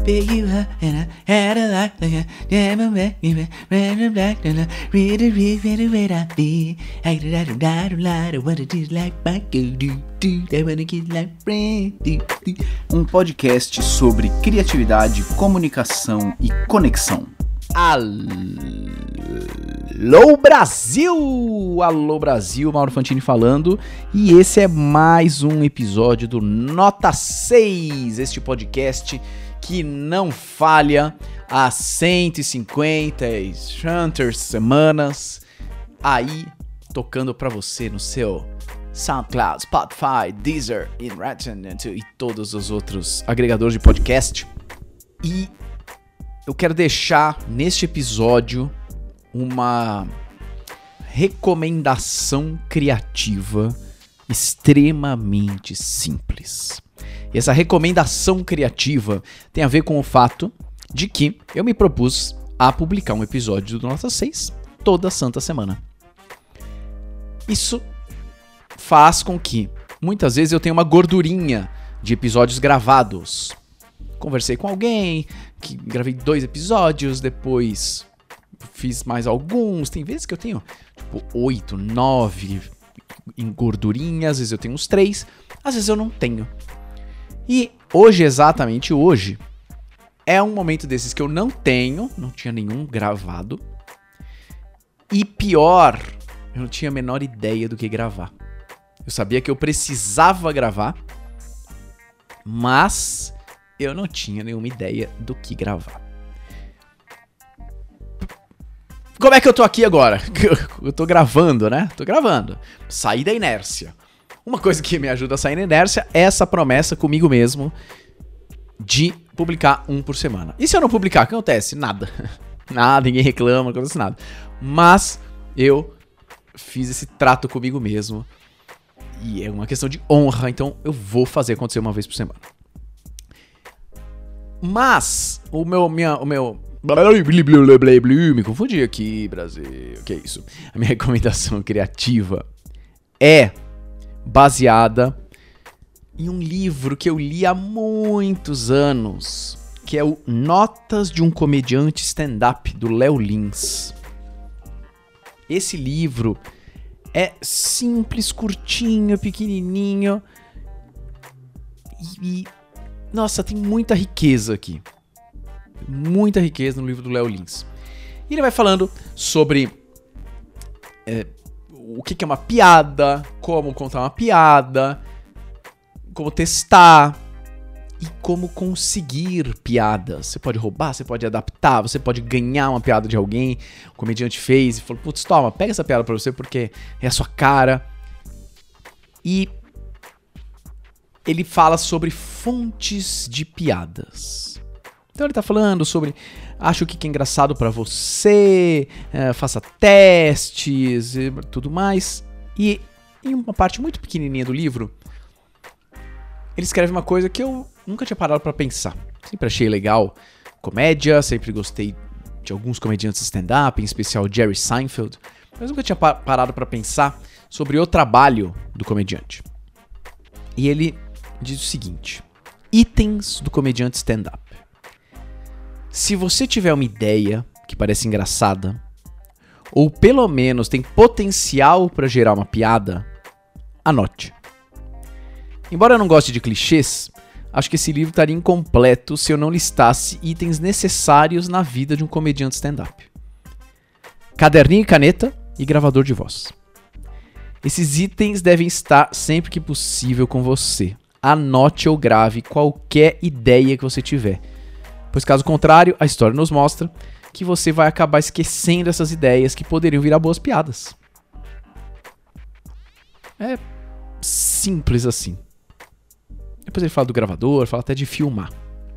pick you up and I had a life like a diamond back, red black, and I read it, I be. I what it is like my do. I wanna get like friend. Um podcast sobre criatividade, comunicação e conexão. Alô Brasil! Alô Brasil, Mauro Fantini falando. E esse é mais um episódio do Nota 6, este podcast que não falha há 150 semanas aí tocando pra você no seu SoundCloud, Spotify, Deezer e todos os outros agregadores de podcast. E eu quero deixar neste episódio uma recomendação criativa extremamente simples. E essa recomendação criativa tem a ver com o fato de que eu me propus a publicar um episódio do Nota 6 toda santa semana. Isso faz com que muitas vezes eu tenha uma gordurinha de episódios gravados. Conversei com alguém, que gravei 2 episódios, depois fiz mais alguns. Tem vezes que eu tenho 8, 9 em gordurinha, às vezes eu tenho uns 3, às vezes eu não tenho. E hoje, exatamente hoje, é um momento desses que eu não tinha nenhum gravado. E pior, eu não tinha a menor ideia do que gravar. Eu sabia que eu precisava gravar, mas eu não tinha nenhuma ideia do que gravar. Como é que eu tô aqui agora? Eu tô gravando, né? Tô gravando. Saí da inércia. Uma coisa que me ajuda a sair da inércia é essa promessa comigo mesmo de publicar um por semana. E se eu não publicar, o que acontece? Nada. Nada, ninguém reclama, não acontece nada. Mas eu fiz esse trato comigo mesmo. E é uma questão de honra, então eu vou fazer acontecer uma vez por semana. Mas me confundi aqui, Brasil. O que é isso? A minha recomendação criativa é baseada em um livro que eu li há muitos anos, que é o Notas de um Comediante Stand-Up, do Léo Lins. Esse livro é simples, curtinho, pequenininho e nossa, tem muita riqueza aqui. Muita riqueza no livro do Léo Lins. E ele vai falando sobre o que é uma piada, como contar uma piada, como testar e como conseguir piadas. Você pode roubar, você pode adaptar, você pode ganhar uma piada de alguém. O comediante fez e falou, putz, toma, pega essa piada pra você porque é a sua cara. E ele fala sobre fontes de piadas. Então ele tá falando sobre, acho que é engraçado pra você, faça testes e tudo mais. E em uma parte muito pequenininha do livro, ele escreve uma coisa que eu nunca tinha parado pra pensar. Sempre achei legal comédia, sempre gostei de alguns comediantes stand-up, em especial Jerry Seinfeld, mas nunca tinha parado pra pensar sobre o trabalho do comediante. E ele diz o seguinte: itens do comediante stand-up. Se você tiver uma ideia que parece engraçada, ou pelo menos tem potencial para gerar uma piada, anote. Embora eu não goste de clichês, acho que esse livro estaria incompleto se eu não listasse itens necessários na vida de um comediante stand-up. Caderninho e caneta e gravador de voz. Esses itens devem estar sempre que possível com você. Anote ou grave qualquer ideia que você tiver, pois caso contrário, a história nos mostra que você vai acabar esquecendo essas ideias que poderiam virar boas piadas. É simples assim. Depois ele fala do gravador, fala até de filmar.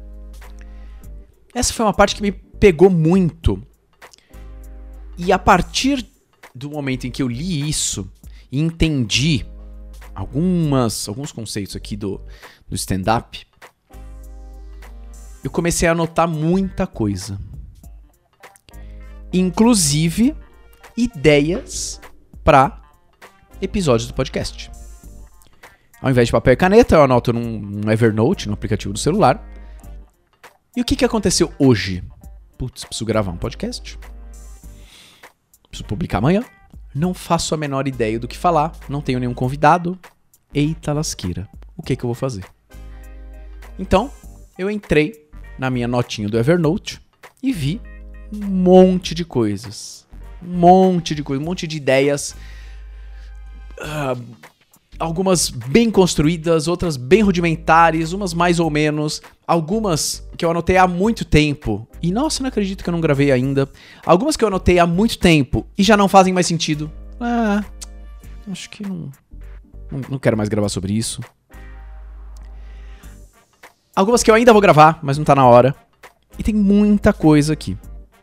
Essa foi uma parte que me pegou muito. E a partir do momento em que eu li isso e entendi alguns conceitos aqui do stand-up, eu comecei a anotar muita coisa. Inclusive ideias para episódios do podcast. Ao invés de papel e caneta, eu anoto num Evernote, no aplicativo do celular. E o que aconteceu hoje? Putz, preciso gravar um podcast. Preciso publicar amanhã. Não faço a menor ideia do que falar. Não tenho nenhum convidado. Eita lasqueira. O que eu vou fazer? Então, eu entrei na minha notinha do Evernote e vi um monte de coisas. Um monte de ideias. Algumas bem construídas, outras bem rudimentares, umas mais ou menos. Algumas que eu anotei há muito tempo. E nossa, não acredito que eu não gravei ainda. Algumas que eu anotei há muito tempo e já não fazem mais sentido. Acho que não quero mais gravar sobre isso. Algumas que eu ainda vou gravar, mas não tá na hora. E tem muita coisa aqui.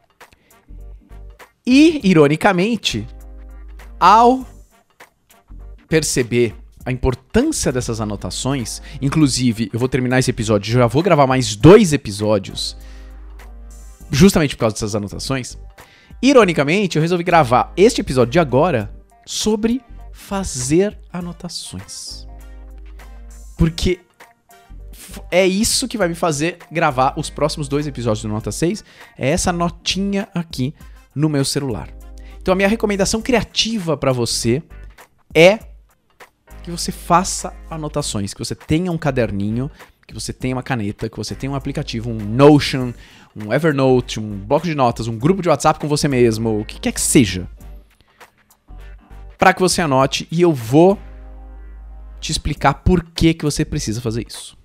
E, ironicamente, ao perceber a importância dessas anotações, inclusive, eu vou terminar esse episódio, já vou gravar mais 2 episódios, justamente por causa dessas anotações. Ironicamente, eu resolvi gravar este episódio de agora sobre fazer anotações. Porque é isso que vai me fazer gravar os próximos 2 episódios do Nota 6, é essa notinha aqui no meu celular. Então a minha recomendação criativa para você é que você faça anotações, que você tenha um caderninho, que você tenha uma caneta, que você tenha um aplicativo, um Notion, um Evernote, um bloco de notas, um grupo de WhatsApp com você mesmo, o que quer que seja, para que você anote, e eu vou te explicar por que você precisa fazer isso.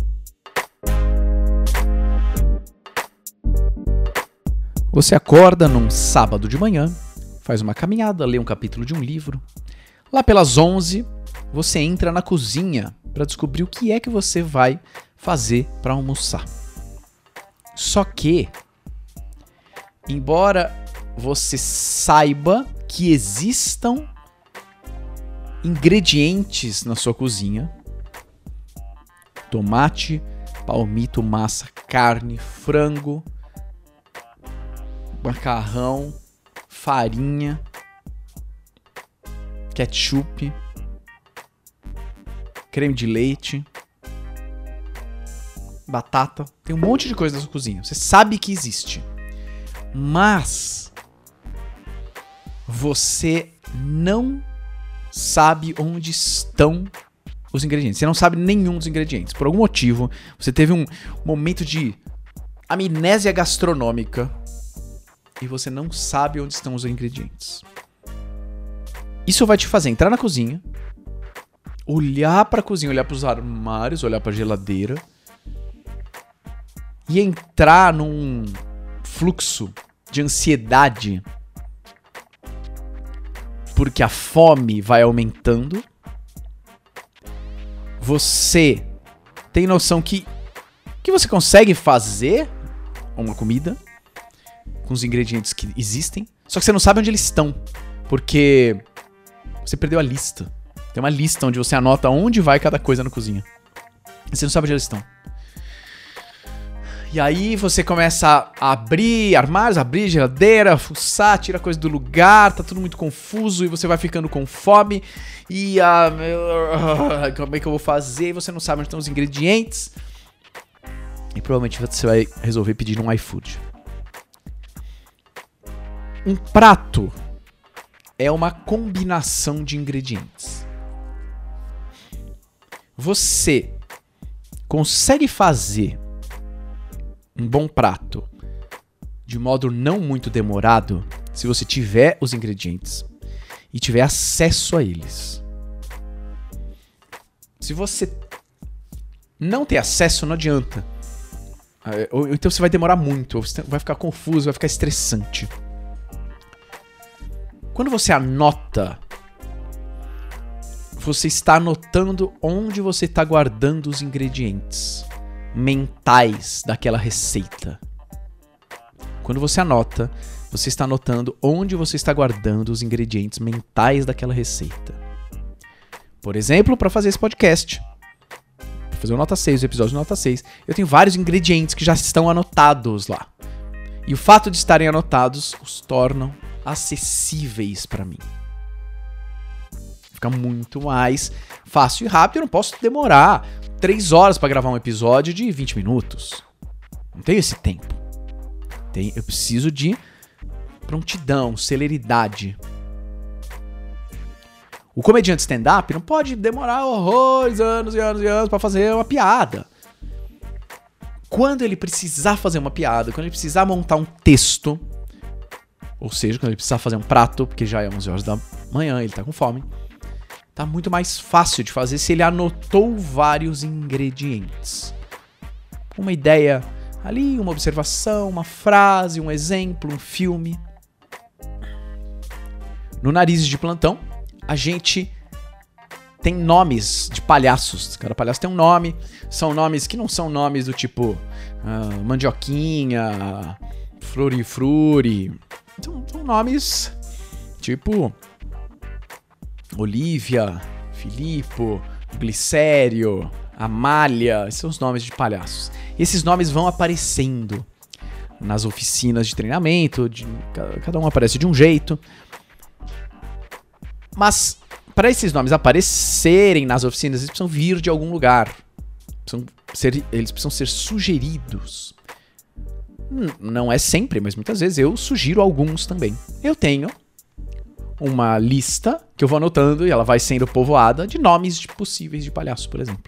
Você acorda num sábado de manhã, faz uma caminhada, lê um capítulo de um livro. Lá pelas 11, você entra na cozinha para descobrir o que é que você vai fazer para almoçar. Só que, embora você saiba que existam ingredientes na sua cozinha, tomate, palmito, massa, carne, frango, macarrão, farinha, ketchup, creme de leite, batata. Tem um monte de coisa na sua cozinha. Você sabe que existe. Mas você não sabe onde estão os ingredientes. Você não sabe nenhum dos ingredientes. Por algum motivo, você teve um momento de amnésia gastronômica e você não sabe onde estão os ingredientes. Isso vai te fazer entrar na cozinha, olhar pra cozinha, olhar pros armários, olhar pra geladeira e entrar num fluxo de ansiedade porque a fome vai aumentando. Você tem noção que você consegue fazer uma comida com os ingredientes que existem, só que você não sabe onde eles estão, porque você perdeu a lista. Tem uma lista onde você anota onde vai cada coisa na cozinha. E você não sabe onde eles estão. E aí você começa a abrir armários, abrir geladeira, fuçar, tira coisa do lugar, tá tudo muito confuso e você vai ficando com fome. E como é que eu vou fazer? E você não sabe onde estão os ingredientes. E provavelmente você vai resolver pedir um iFood. Um prato é uma combinação de ingredientes. Você consegue fazer um bom prato de modo não muito demorado se você tiver os ingredientes e tiver acesso a eles. Se você não ter acesso, não adianta. Ou então você vai demorar muito, ou você vai ficar confuso, vai ficar estressante. Quando você anota, você está anotando onde você está guardando os ingredientes mentais daquela receita. Quando você anota, você está anotando onde você está guardando os ingredientes mentais daquela receita. Por exemplo, para fazer esse podcast, para fazer o Nota 6, o episódio do Nota 6, eu tenho vários ingredientes que já estão anotados lá. E o fato de estarem anotados os tornam acessíveis para mim. Fica muito mais fácil e rápido. Eu não posso demorar 3 horas para gravar um episódio de 20 minutos. Não tenho esse tempo. Eu preciso de prontidão, celeridade. O comediante stand-up não pode demorar horrores, anos e anos e anos pra fazer uma piada. Quando ele precisar fazer uma piada, quando ele precisar montar um texto, ou seja, quando ele precisar fazer um prato, porque já é 11 horas da manhã, ele tá com fome, tá muito mais fácil de fazer se ele anotou vários ingredientes. Uma ideia ali, uma observação, uma frase, um exemplo, um filme. No Narizes de Plantão, a gente tem nomes de palhaços. Cada palhaço tem um nome. São nomes que não são nomes do tipo Mandioquinha, Florifruri. São nomes tipo Olívia, Filipo, Glicério, Amália. Esses são os nomes de palhaços. Esses nomes vão aparecendo nas oficinas de treinamento. Cada um aparece de um jeito. Mas para esses nomes aparecerem nas oficinas, eles precisam vir de algum lugar. Eles precisam ser sugeridos. Não é sempre, mas muitas vezes eu sugiro alguns também. Eu tenho uma lista que eu vou anotando e ela vai sendo povoada de nomes possíveis de palhaços, por exemplo.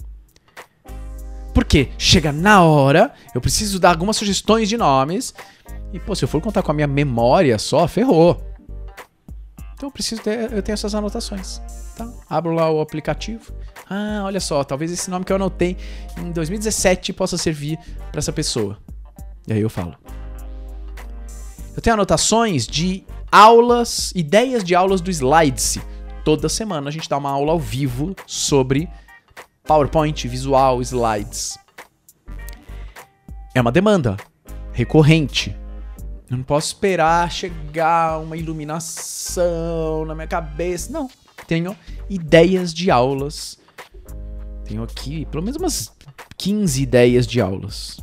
Porque chega na hora, eu preciso dar algumas sugestões de nomes e, pô, se eu for contar com a minha memória só, ferrou. Então eu tenho essas anotações, tá? Abro lá o aplicativo. Ah, olha só, talvez esse nome que eu anotei em 2017 possa servir para essa pessoa. E aí eu falo. Eu tenho anotações de aulas, ideias de aulas do Slides. Toda semana a gente dá uma aula ao vivo sobre PowerPoint, visual, slides. É uma demanda recorrente. Eu não posso esperar chegar uma iluminação na minha cabeça. Não. Tenho ideias de aulas. Tenho aqui pelo menos umas 15 ideias de aulas.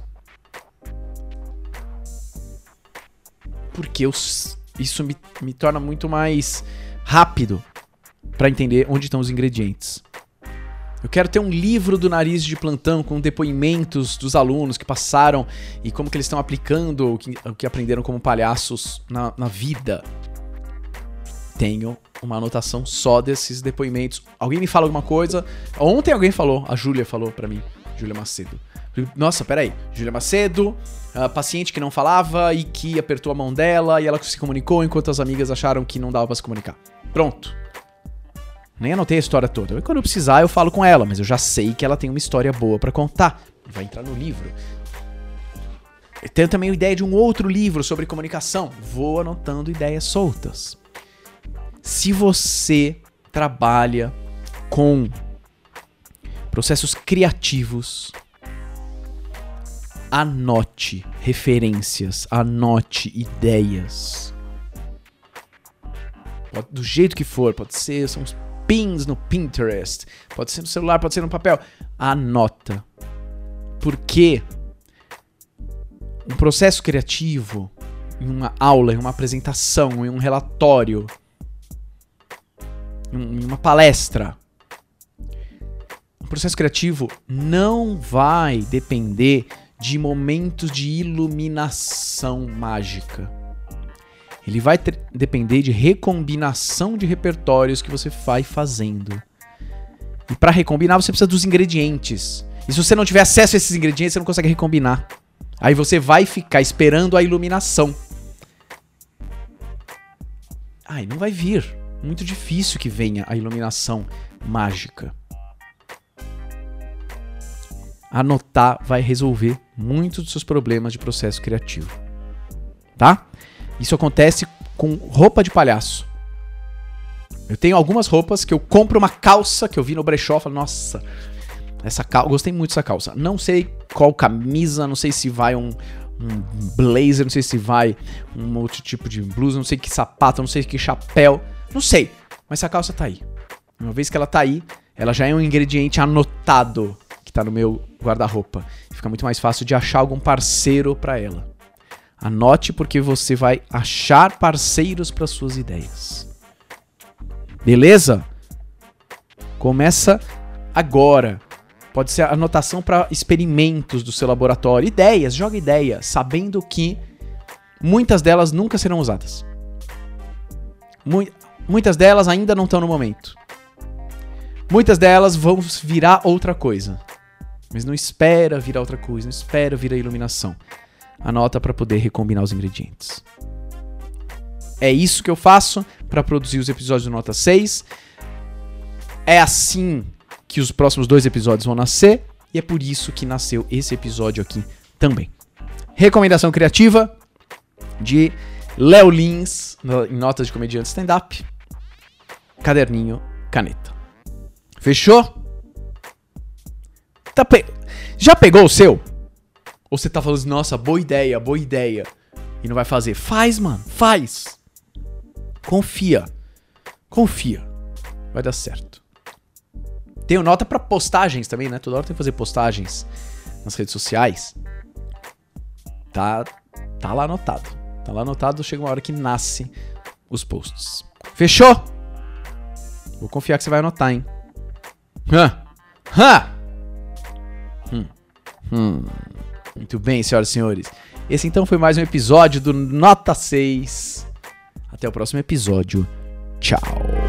Porque isso me torna muito mais rápido para entender onde estão os ingredientes. Eu quero ter um livro do Narizes de Plantão com depoimentos dos alunos que passaram e como que eles estão aplicando o que aprenderam como palhaços na vida. Tenho uma anotação só desses depoimentos. Alguém me fala alguma coisa. Ontem alguém falou, a Júlia falou pra mim, Júlia Macedo. Nossa, peraí, Júlia Macedo, paciente que não falava e que apertou a mão dela e ela se comunicou enquanto as amigas acharam que não dava pra se comunicar. Pronto. Nem anotei a história toda. Quando eu precisar, eu falo com ela, mas eu já sei que ela tem uma história boa pra contar. Vai entrar no livro. Eu tenho também a ideia de um outro livro sobre comunicação. Vou anotando ideias soltas. Se você trabalha com processos criativos, anote referências, anote ideias. Do jeito que for, pode ser, são uns pins no Pinterest, pode ser no celular, pode ser no papel. Anota. Porque um processo criativo, em uma aula, em uma apresentação, em um relatório, em uma palestra, um processo criativo não vai depender de momentos de iluminação mágica. Ele vai depender de recombinação de repertórios que você vai fazendo. E para recombinar, você precisa dos ingredientes. E se você não tiver acesso a esses ingredientes, você não consegue recombinar. Aí você vai ficar esperando a iluminação. E não vai vir. Muito difícil que venha a iluminação mágica. Anotar vai resolver muitos dos seus problemas de processo criativo. Tá? Isso acontece com roupa de palhaço. Eu tenho algumas roupas que eu compro uma calça que eu vi no brechó, falo, nossa, essa calça, gostei muito dessa calça. Não sei qual camisa, não sei se vai um blazer, não sei se vai um outro tipo de blusa, não sei que sapato, não sei que chapéu, não sei. Mas essa calça tá aí. Uma vez que ela tá aí, ela já é um ingrediente anotado que tá no meu guarda-roupa. Fica muito mais fácil de achar algum parceiro pra ela. Anote porque você vai achar parceiros para suas ideias. Beleza? Começa agora. Pode ser anotação para experimentos do seu laboratório. Ideias, joga ideias, sabendo que muitas delas nunca serão usadas. Muitas delas ainda não estão no momento. Muitas delas vão virar outra coisa. Mas não espera virar outra coisa, não espera virar iluminação. Anota para poder recombinar os ingredientes. É isso que eu faço para produzir os episódios do Nota 6. É assim que os próximos 2 episódios vão nascer. E é por isso que nasceu esse episódio aqui também. Recomendação criativa de Léo Lins, em Notas de Comediante Stand-Up. Caderninho, caneta. Fechou? Já pegou o seu? Ou você tá falando assim, nossa, boa ideia. E não vai fazer? Faz, mano, faz. Confia. Vai dar certo. Tenho nota pra postagens também, né? Toda hora tem que fazer postagens nas redes sociais. Tá lá anotado. Chega uma hora que nasce os posts. Fechou? Vou confiar que você vai anotar, hein? Muito bem, senhoras e senhores. Esse então foi mais um episódio do Nota 6. Até o próximo episódio. Tchau.